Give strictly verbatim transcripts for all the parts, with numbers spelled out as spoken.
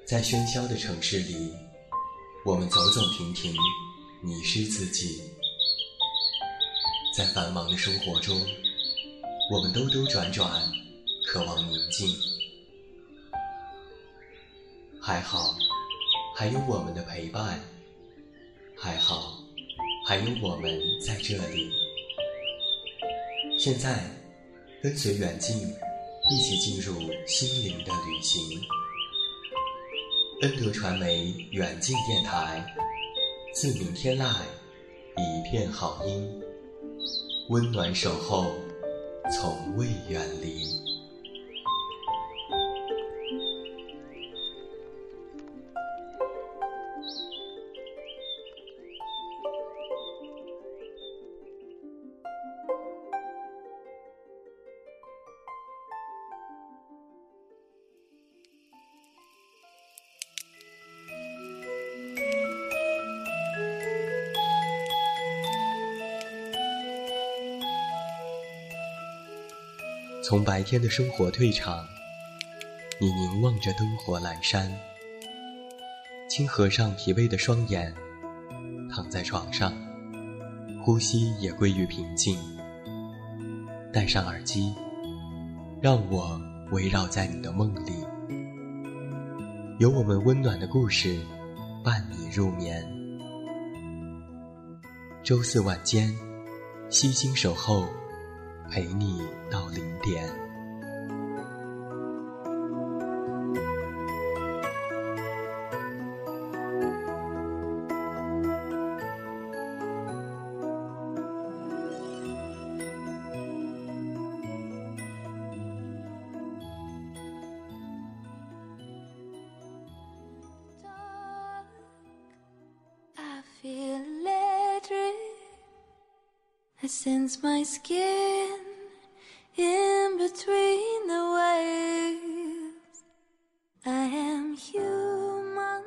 在喧嚣的城市里，我们走走停停，迷失自己。在繁忙的生活中，我们兜兜转转，渴望宁静。还好，还有我们的陪伴，还好，还有我们在这里。现在，跟随远近，一起进入心灵的旅行。恩德传媒远近电台，自鸣天籁，一片好音，温暖守候，从未远离。从白天的生活退场，你凝望着灯火阑珊，轻合上疲惫的双眼，躺在床上，呼吸也归于平静。戴上耳机，让我围绕在你的梦里，有我们温暖的故事伴你入眠。周四晚间，悉心守候，陪你到零点。 I sense my skin in between the waves. I am human.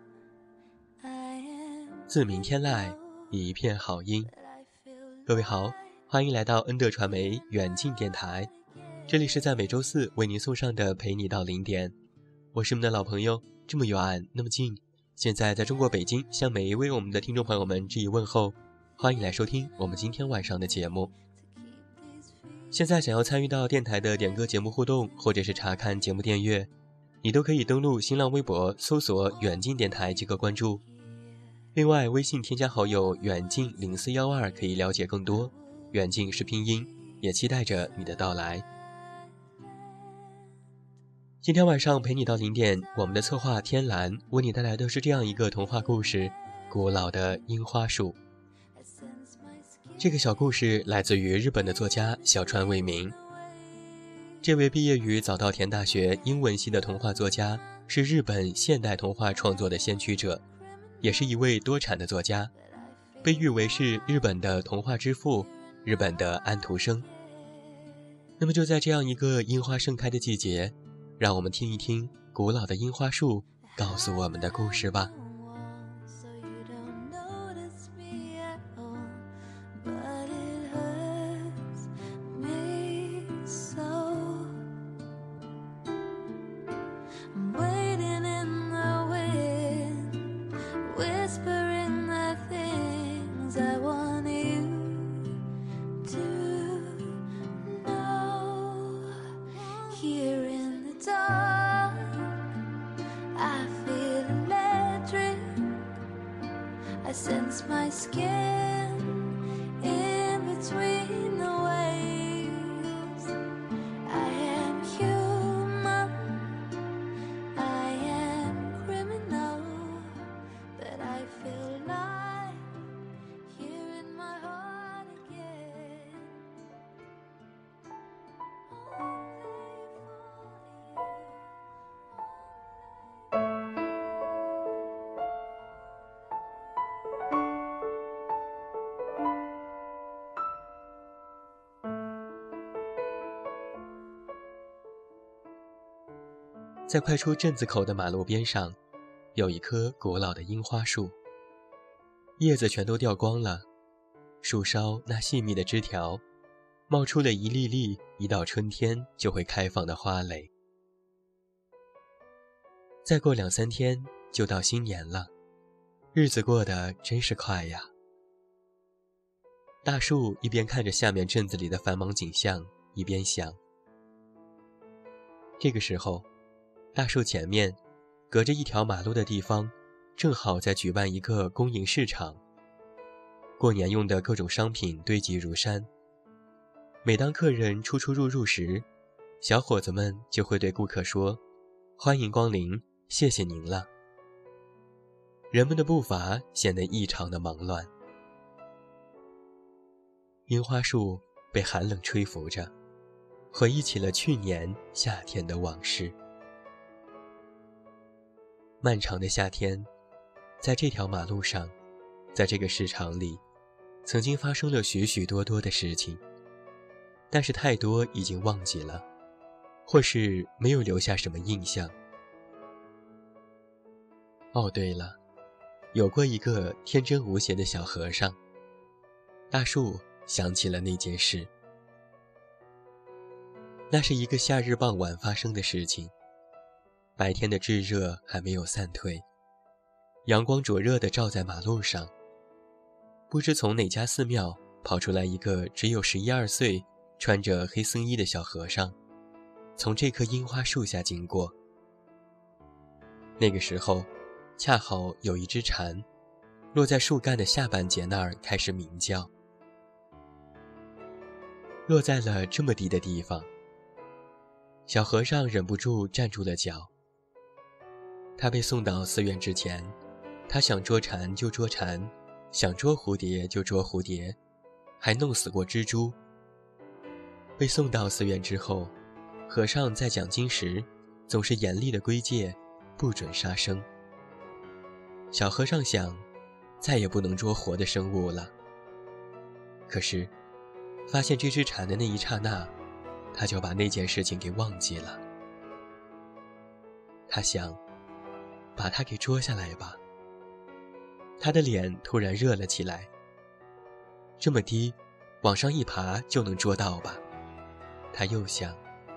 I am 自鸣天籁，一片好音。各位好，欢迎来到恩德传媒远近电台，这里是在每周四为您送上的陪你到零点。我是你们的老朋友，这么远那么近，现在在中国北京，向每一位我们的听众朋友们致以问候。欢迎来收听我们今天晚上的节目。现在想要参与到电台的点歌节目互动，或者是查看节目电阅，你都可以登录新浪微博搜索远近电台即可关注。另外微信添加好友远近零四一二可以了解更多，远近是拼音，也期待着你的到来。今天晚上陪你到零点，我们的策划天蓝为你带来的是这样一个童话故事，古老的樱花树。这个小故事来自于日本的作家小川卫明。这位毕业于早稻田大学英文系的童话作家，是日本现代童话创作的先驱者，也是一位多产的作家，被誉为是日本的童话之父，日本的安徒生。那么就在这样一个樱花盛开的季节，让我们听一听古老的樱花树告诉我们的故事吧。 I sense my skin in between the waves. I am human, I am criminal, but I feel life here in my heart again. Only for you. 在快出镇子口的马路边上，有一棵古老的樱花树，叶子全都掉光了，树梢那细密的枝条冒出了一粒粒一到春天就会开放的花蕾。 再过两三天就到新年了，日子过得真是快呀。大树一边看着下面镇子里的繁忙景象，一边想。这个时候，大树前面隔着一条马路的地方正好在举办一个公营市场，过年用的各种商品堆积如山。每当客人出出入入时，小伙子们就会对顾客说：欢迎光临，谢谢您了。人们的步伐显得异常的忙乱。樱花树被寒冷吹拂着，回忆起了去年夏天的往事。漫长的夏天，在这条马路上，在这个市场里，曾经发生了许许多多的事情，但是太多已经忘记了，或是没有留下什么印象。哦，对了，有过一个天真无邪的小和尚。大树想起了那件事。那是一个夏日傍晚发生的事情，白天的炙热还没有散退，阳光灼热地照在马路上。不知从哪家寺庙跑出来一个只有十一二岁、穿着黑僧衣的小和尚，从这棵樱花树下经过。那个时候，恰好有一只蝉落在树干的下半截那儿开始鸣叫。落在了这么低的地方，小和尚忍不住站住了脚。他被送到寺院之前，他想捉蝉就捉蝉，想捉蝴蝶就捉蝴蝶，还弄死过蜘蛛。被送到寺院之后，和尚在讲经时总是严厉的规戒，不准杀生。小和尚想，再也不能捉活的生物了。可是发现这只蝉的那一刹那，他就把那件事情给忘记了。他想，把它给捉下来吧。他的脸突然热了起来。这么低，往上一爬就能捉到吧？他又想。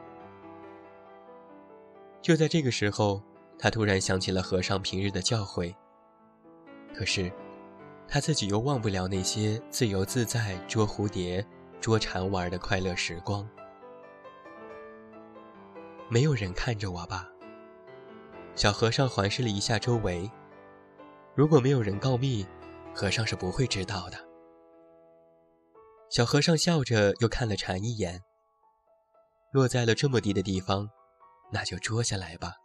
就在这个时候，他突然想起了和尚平日的教诲。可是他自己又忘不了那些自由自在捉蝴蝶、捉蝉玩的快乐时光。没有人看着我吧？小和尚环视了一下周围，如果没有人告密，和尚是不会知道的。小和尚笑着又看了蝉一眼，落在了这么低的地方，那就捉下来吧。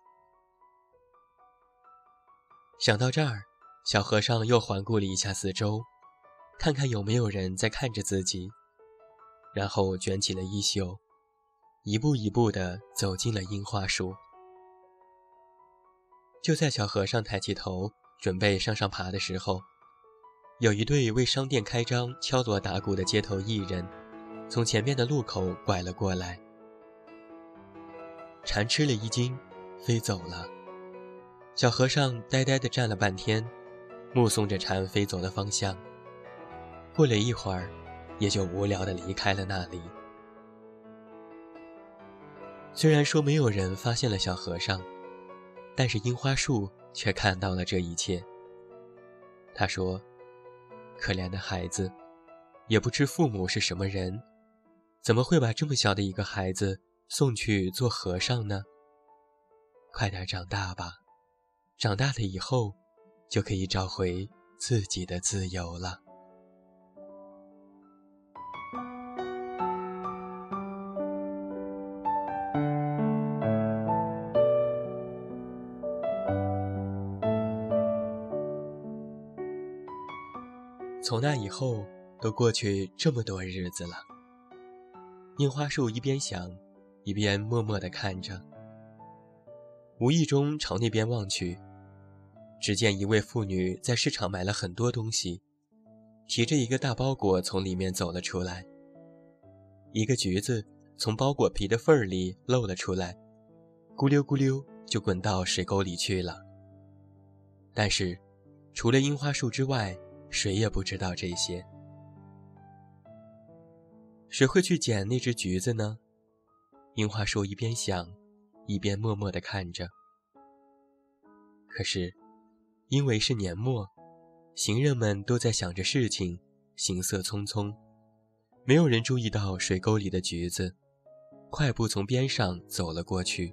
想到这儿，小和尚又环顾了一下四周，看看有没有人在看着自己，然后卷起了衣袖，一步一步地走进了樱花树。就在小和尚抬起头准备向上爬的时候，有一对为商店开张敲锣打鼓的街头艺人从前面的路口拐了过来。蝉吃了一惊，飞走了。小和尚呆呆地站了半天，目送着蝉飞走的方向。过了一会儿，也就无聊地离开了那里。虽然说没有人发现了小和尚，但是樱花树却看到了这一切。他说，可怜的孩子，也不知父母是什么人，怎么会把这么小的一个孩子送去做和尚呢？快点长大吧，长大了以后就可以找回自己的自由了。从那以后都过去这么多日子了，樱花树一边想，一边默默地看着。无意中朝那边望去，只见一位妇女在市场买了很多东西，提着一个大包裹从里面走了出来。一个橘子从包裹皮的缝儿里露了出来，咕溜咕溜就滚到水沟里去了。但是除了樱花树之外，谁也不知道这些。谁会去捡那只橘子呢？樱花树一边想，一边默默地看着。 可是因为是年末，行人们都在想着事情，行色匆匆，没有人注意到水沟里的橘子，快步从边上走了过去。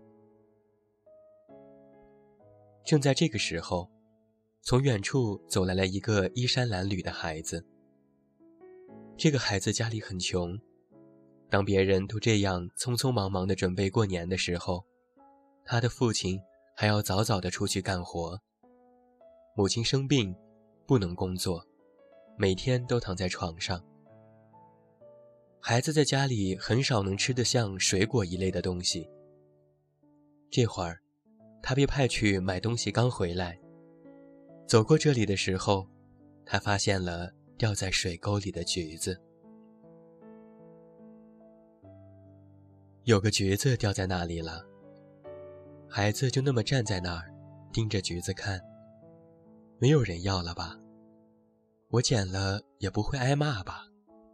正在这个时候，从远处走来了一个衣衫褴褛的孩子。这个孩子家里很穷，当别人都这样匆匆忙忙地准备过年的时候，他的父亲还要早早地出去干活。母亲生病，不能工作，每天都躺在床上。孩子在家里很少能吃得像水果一类的东西。这会儿，他被派去买东西刚回来，走过这里的时候，他发现了掉在水沟里的橘子。有个橘子掉在那里了，孩子就那么站在那儿，盯着橘子看。没有人要了吧？我捡了也不会挨骂吧？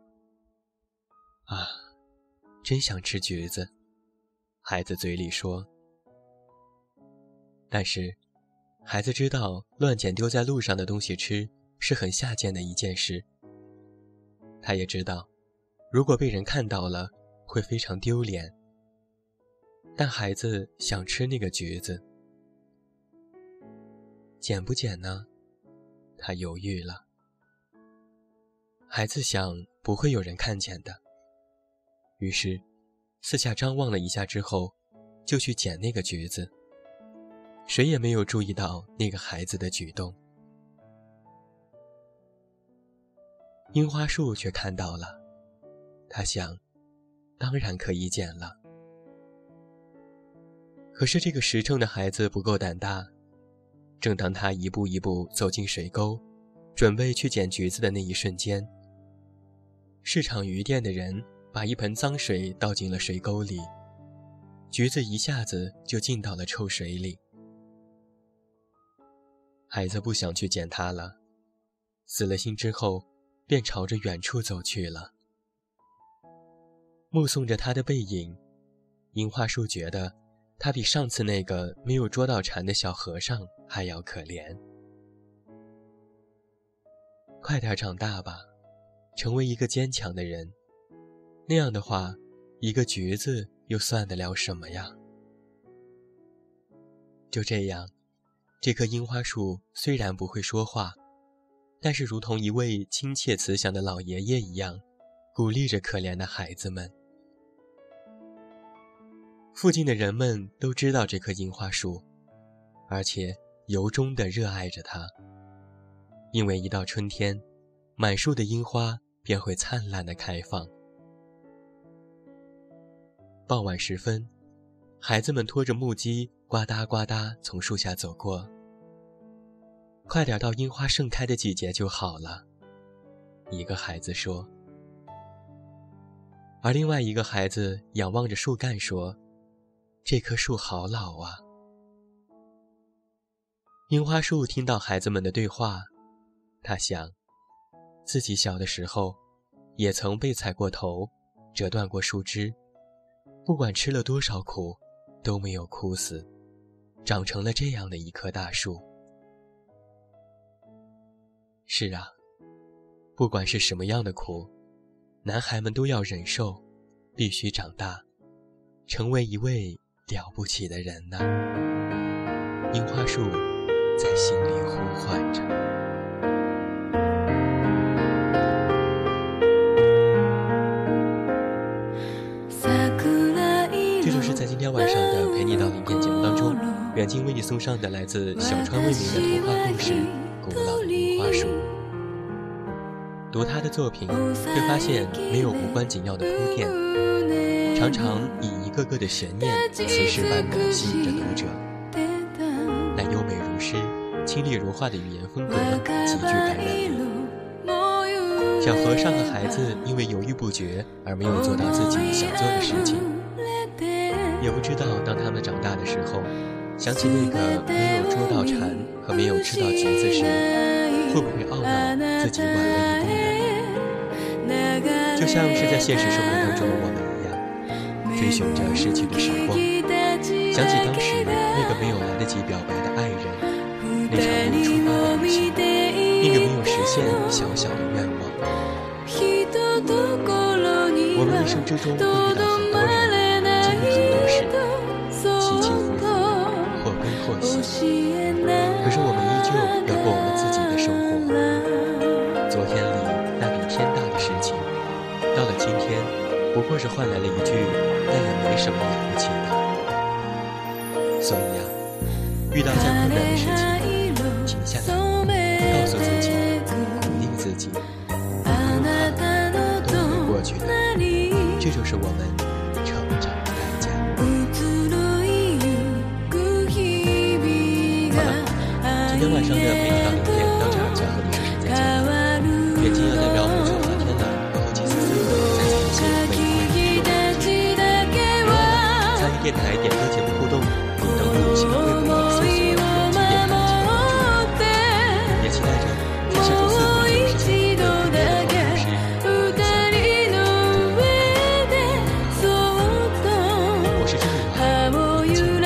啊，真想吃橘子，孩子嘴里说。但是，孩子知道乱捡丢在路上的东西吃是很下贱的一件事。他也知道，如果被人看到了，会非常丢脸。但孩子想吃那个橘子，捡不捡呢？他犹豫了。孩子想不会有人看见的，于是四下张望了一下之后，就去捡那个橘子。谁也没有注意到那个孩子的举动。樱花树却看到了，他想，当然可以捡了。可是这个实诚的孩子不够胆大，正当他一步一步走进水沟，准备去捡橘子的那一瞬间，市场鱼店的人把一盆脏水倒进了水沟里，橘子一下子就进到了臭水里。孩子不想去捡它了，死了心之后便朝着远处走去了。目送着他的背影，樱花树觉得他比上次那个没有捉到蝉的小和尚还要可怜。快点长大吧，成为一个坚强的人，那样的话，一个橘子又算得了什么呀？就这样，这棵樱花树虽然不会说话，但是如同一位亲切慈祥的老爷爷一样，鼓励着可怜的孩子们。附近的人们都知道这棵樱花树，而且由衷地热爱着它，因为一到春天，满树的樱花便会灿烂地开放。傍晚时分，孩子们拖着木屐呱嗒呱嗒从树下走过。快点到樱花盛开的季节就好了，一个孩子说。而另外一个孩子仰望着树干说，这棵树好老啊。樱花树听到孩子们的对话，他想，自己小的时候也曾被踩过头，折断过树枝，不管吃了多少苦，都没有枯死，长成了这样的一棵大树。是啊，不管是什么样的苦，男孩们都要忍受，必须长大，成为一位了不起的人呢。樱花树在心里呼唤着。这就是在今天晚上的陪你到零点节目当中，远近为你送上的来自小川未明的童话故事《古老的樱花树》。读他的作品，会发现没有无关紧要的铺垫，常常以一个个的悬念，磁石般的吸引着读者。那优美如诗、清丽如画的语言风格极具感染力。小和尚和孩子因为犹豫不决而没有做到自己想做的事情，也不知道当他们长大的时候，想起那个没有捉到蝉和没有吃到橘子时，会不会懊恼自己晚了一步呢？就像是在现实生活当中的我们一样，追寻着逝去的时光，想起当时那个没有来得及表白的爱人， 那场不出发的旅行，并有没有实现小小的愿望。我们一生之中会遇到很多人，经历很多事，起起伏伏，或悲或喜。可是我们依旧要过我们自己的生活。昨天里那比天大的事情，到了今天，不过是换来了一句那也没什么了不起的。所以呀、啊，遇到再困难的事情，停下来，告诉自己，鼓励自己，不用怕，都会过去的。这就是我们成长的代价。好了，今天晚上的陪你到零点到这儿就要和你说声再见了。远近要代表我说华天蓝和后期思思在前期每一位听众的支持。参与电台点歌节目互动，可以登录新浪微博搜索远近电台进行关注。也期待着在下周四同一时间有更多的好故事分享。我是郑宇，已经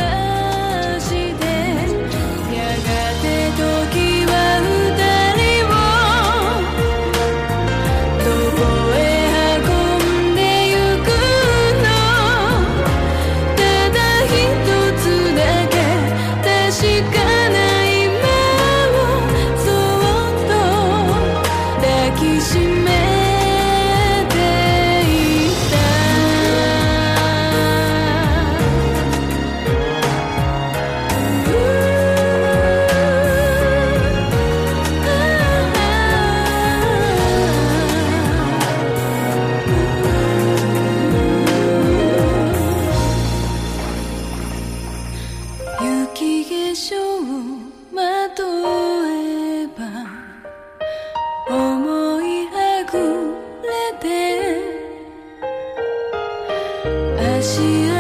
思いはぐれて足